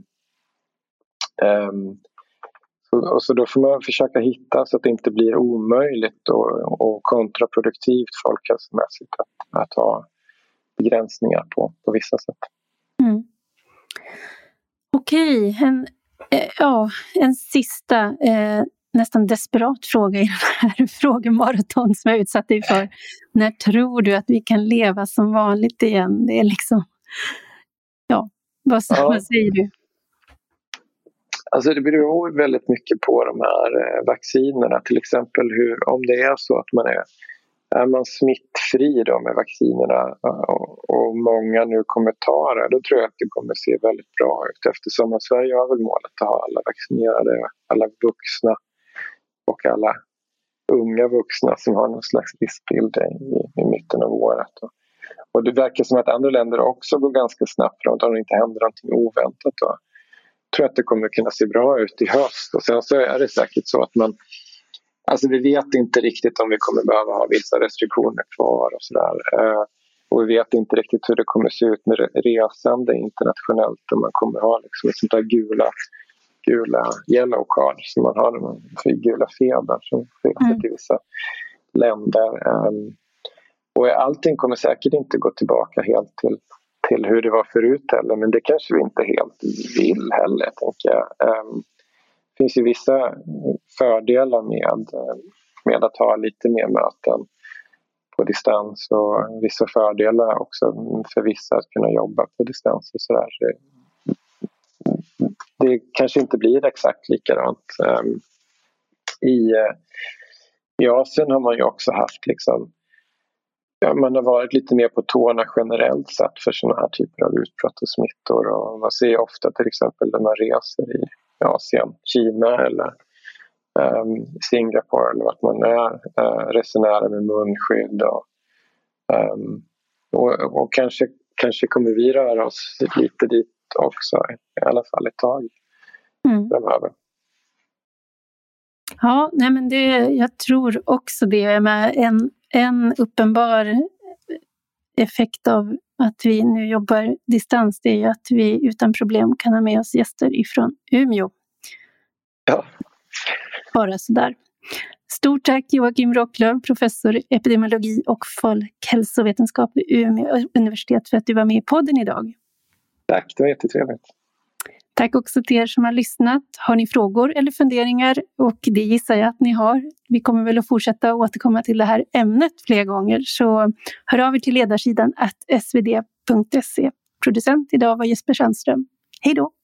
B: um, så, och så då får man försöka hitta så att det inte blir omöjligt och, och kontraproduktivt folkhälsomässigt att, att ha begränsningar på, på vissa sätt.
A: Mm. Okej, en, eh, ja, en sista. Eh, nästan desperat fråga i den här frågemaraton som jag utsatt dig för. När tror du att vi kan leva som vanligt igen? Det är liksom, ja, vad, ja. vad säger du?
B: Alltså det beror väldigt mycket på de här eh, vaccinerna. Till exempel hur, om det är så att man är, är man smittfri då med vaccinerna och, och många nu kommer ta det, då tror jag att det kommer se väldigt bra ut. Eftersom att Sverige har väl målet att ha alla vaccinerade, alla vuxna och alla unga vuxna som har någon slags riskbild i, i mitten av året. Och det verkar som att andra länder också går ganska snabbt framåt om det inte händer någonting oväntat då. Jag tror att det kommer kunna se bra ut i höst. Och sen så är det säkert så att man, alltså vi vet inte riktigt om vi kommer behöva ha vissa restriktioner kvar och sådär. Och vi vet inte riktigt hur det kommer se ut med resande internationellt. Om man kommer ha liksom ett sånt där gula, gula yellow card som man har för gula feber som finns till vissa länder. Och allting kommer säkert inte gå tillbaka helt till till hur det var förut heller, men det kanske vi inte helt vill heller, tänker jag. Det finns ju vissa fördelar med, med att ha lite mer möten på distans och vissa fördelar också för vissa att kunna jobba på distans och sådär. Så det kanske inte blir exakt likadant. I, i Asien har man ju också haft liksom, ja, man har varit lite mer på tårna generellt sett för sådana här typer av utbrott och smittor. Och man ser ofta till exempel när man reser i Asien, Kina eller um, Singapore eller vart man är, uh, resenärer med munskydd. Och, um, och, och kanske, kanske kommer vi röra oss lite dit också, i alla fall ett tag mm. framöver.
A: Ja, nej men det, jag tror också det med en En uppenbar effekt av att vi nu jobbar distans, det är ju att vi utan problem kan ha med oss gäster ifrån Umeå.
B: Ja.
A: Bara sådär. Stort tack Joakim Rocklöv, professor i epidemiologi och folkhälsovetenskap vid Umeå universitet för att du var med i podden idag.
B: Tack, det var jättetrevligt.
A: Tack också till er som har lyssnat. Har ni frågor eller funderingar? Och det gissar jag att ni har. Vi kommer väl att fortsätta återkomma till det här ämnet fler gånger. Så hör av er till ledarsidan at s v d punkt se. Producent idag var Jesper Sandström. Hej då!